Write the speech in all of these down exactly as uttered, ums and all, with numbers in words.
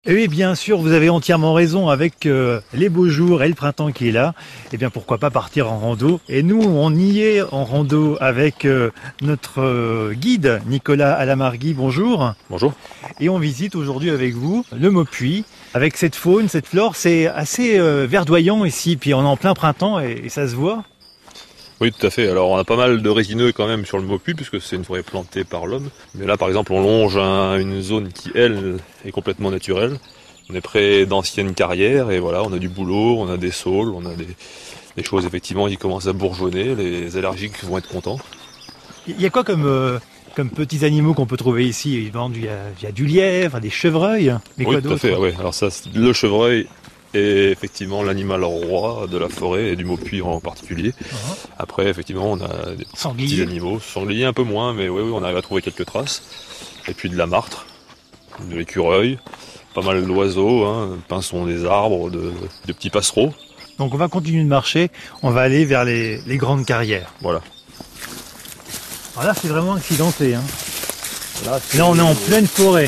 Et oui, bien sûr, vous avez entièrement raison. Avec euh, les beaux jours et le printemps qui est là, eh bien pourquoi pas partir en rando. Et nous, on y est en rando avec euh, notre euh, guide Nicolas Alamargui. Bonjour. Bonjour. Et on visite aujourd'hui avec vous le Maupuy. Avec cette faune, cette flore, c'est assez euh, verdoyant ici. Puis on est en plein printemps et, et ça se voit. Oui, tout à fait. Alors, on a pas mal de résineux quand même sur le Maupuy, puisque c'est une forêt plantée par l'homme. Mais là, par exemple, on longe un- une zone qui, elle, est complètement naturelle. On est près d'anciennes carrières, et voilà, on a du boulot, on a des saules, on a des, des choses, effectivement, qui commencent à bourgeonner. Les allergiques vont être contents. Il y a quoi comme, euh, comme petits animaux qu'on peut trouver ici? Il y a, il y a du lièvre, des chevreuils, mais Oui, quoi tout à d'autre? fait. Ouais. Alors ça, c'est- le chevreuil est effectivement l'animal roi de la forêt, et du Maupuy en particulier. Ah, Après, effectivement, on a des petits sanglier. animaux. Sanglier un peu moins, mais oui, oui, on arrive à trouver quelques traces. Et puis de la martre, de l'écureuil, pas mal d'oiseaux, hein, pinsons des arbres, de, de petits passereaux. Donc on va continuer de marcher, on va aller vers les, les grandes carrières. Voilà. Alors là c'est vraiment accidenté. Hein. Là, Là on est en pleine forêt.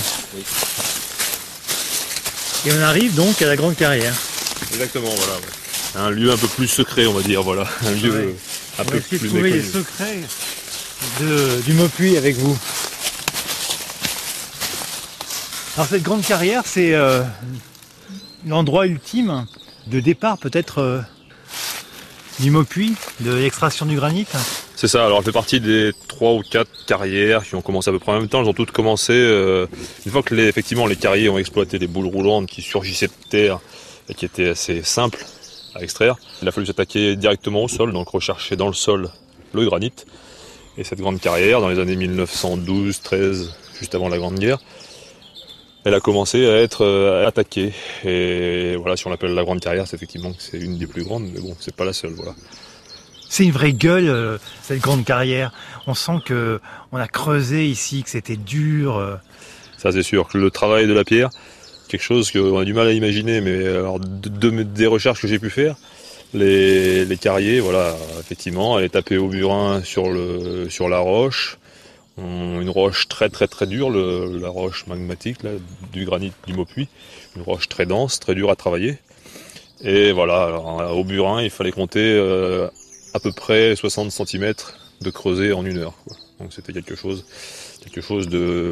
Et on arrive donc à la grande carrière. Exactement, voilà. Ouais. Un lieu un peu plus secret, on va dire, voilà. Un lieu Ouais. euh, un On va peu essayer de plus trouver les méconnu. secrets de, du Maupuy avec vous. Alors cette grande carrière c'est euh, l'endroit ultime de départ peut-être euh, du Maupuy, de l'extraction du granit. C'est ça, alors elle fait partie des trois ou quatre carrières qui ont commencé à peu près en même temps. Elles ont toutes commencé, euh, une fois que les, effectivement les carriers ont exploité les boules roulantes qui surgissaient de terre et qui étaient assez simples à extraire, il a fallu s'attaquer directement au sol, donc rechercher dans le sol le granit. Et cette grande carrière, dans les années mille neuf cent douze treize, juste avant la Grande Guerre, elle a commencé à être euh, attaquée. Et voilà, si on l'appelle la grande carrière, c'est effectivement que c'est une des plus grandes, mais bon, c'est pas la seule, voilà. C'est une vraie gueule, euh, cette grande carrière. On sent que on a creusé ici, que c'était dur. euh. Ça, c'est sûr que le travail de la pierre, quelque chose qu'on a du mal à imaginer, mais alors de, de- des recherches que j'ai pu faire, les, les carriers, voilà, effectivement, elle est tapée au burin sur le sur la roche, On- une roche très très très dure, le- la roche magmatique là, du granit du Maupuy, une roche très dense, très dure à travailler. Et voilà, alors, au burin, il fallait compter euh, à peu près soixante centimètres de creuset en une heure, quoi. Donc c'était quelque chose, quelque chose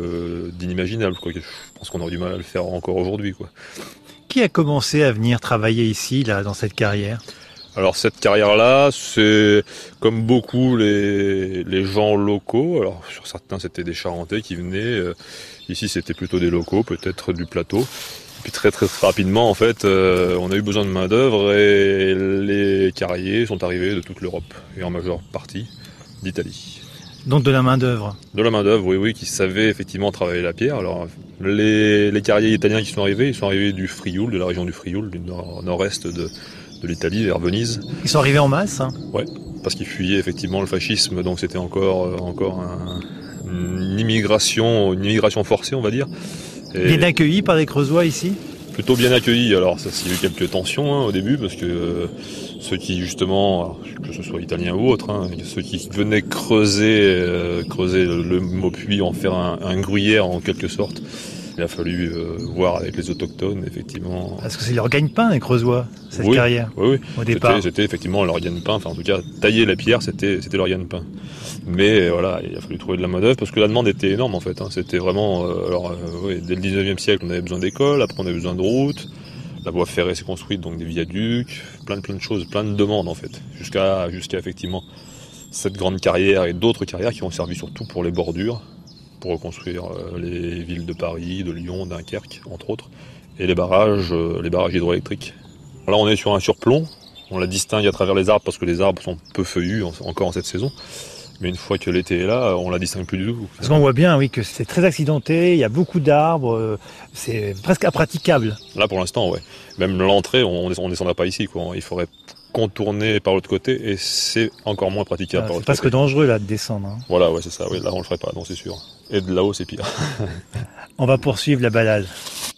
de d'inimaginable, quoi. Je pense qu'on aurait du mal à le faire encore aujourd'hui, quoi. Qui a commencé à venir travailler ici, là, dans cette carrière? Alors cette carrière-là, c'est comme beaucoup les, les gens locaux. Alors sur certains, c'était des Charentais qui venaient. euh, Ici, c'était plutôt des locaux, peut-être du plateau. Et puis très très, très rapidement, en fait, euh, on a eu besoin de main d'œuvre et les carriers sont arrivés de toute l'Europe et en majeure partie d'Italie. Donc de la main d'œuvre. De la main d'œuvre, oui, oui, qui savait effectivement travailler la pierre. Alors les, les carriers italiens qui sont arrivés, ils sont arrivés du Frioul, de la région du Frioul, du nord- nord-est de, de l'Italie, vers Venise. Ils sont arrivés en masse. Hein. Ouais, parce qu'ils fuyaient effectivement le fascisme, donc c'était encore, euh, encore un- une immigration, une immigration forcée, on va dire. Et Bien accueillis par les Creusois ici. plutôt bien accueillis. Alors ça, il y a eu quelques tensions hein, au début, parce que euh, ceux qui justement, alors, que ce soit italiens ou autres, hein, ceux qui venaient creuser, euh, creuser le, le Maupuy, en faire un, un gruyère en quelque sorte. Il a fallu euh, voir avec les autochtones, effectivement. Parce que c'est leur gagne-pain, les Creusois, cette Oui, carrière, oui, oui. au départ. C'était, c'était effectivement leur gagne-pain, enfin en tout cas, tailler la pierre, c'était, c'était leur gagne-pain. Mais euh, voilà, il a fallu trouver de la main-d'œuvre parce que la demande était énorme en fait. Hein. C'était vraiment, euh, alors, euh, oui, dès le dix-neuvième siècle, on avait besoin d'écoles, après on avait besoin de routes, la voie ferrée s'est construite, donc des viaducs, plein de plein de choses, plein de demandes en fait, jusqu'à, jusqu'à effectivement cette grande carrière et d'autres carrières qui ont servi surtout pour les bordures, pour reconstruire euh, les villes de Paris, de Lyon, Dunkerque, entre autres, et les barrages, euh, les barrages hydroélectriques. Là, on est sur un surplomb. On la distingue à travers les arbres parce que les arbres sont peu feuillus en- encore en cette saison. Mais une fois que l'été est là, on la distingue plus du tout. Parce qu'on voit bien, oui, que c'est très accidenté, il y a beaucoup d'arbres, euh, c'est presque impraticable. Là, pour l'instant, ouais. Même l'entrée, on ne descendra pas ici, quoi. Il faudrait contourner par l'autre côté et c'est encore moins praticable Ah, par c'est l'autre presque côté. dangereux, là, de descendre. Hein. Voilà, ouais, c'est ça. Ouais, là, on le ferait pas, non, c'est sûr. Et de là-haut, c'est pire. On va poursuivre la balade.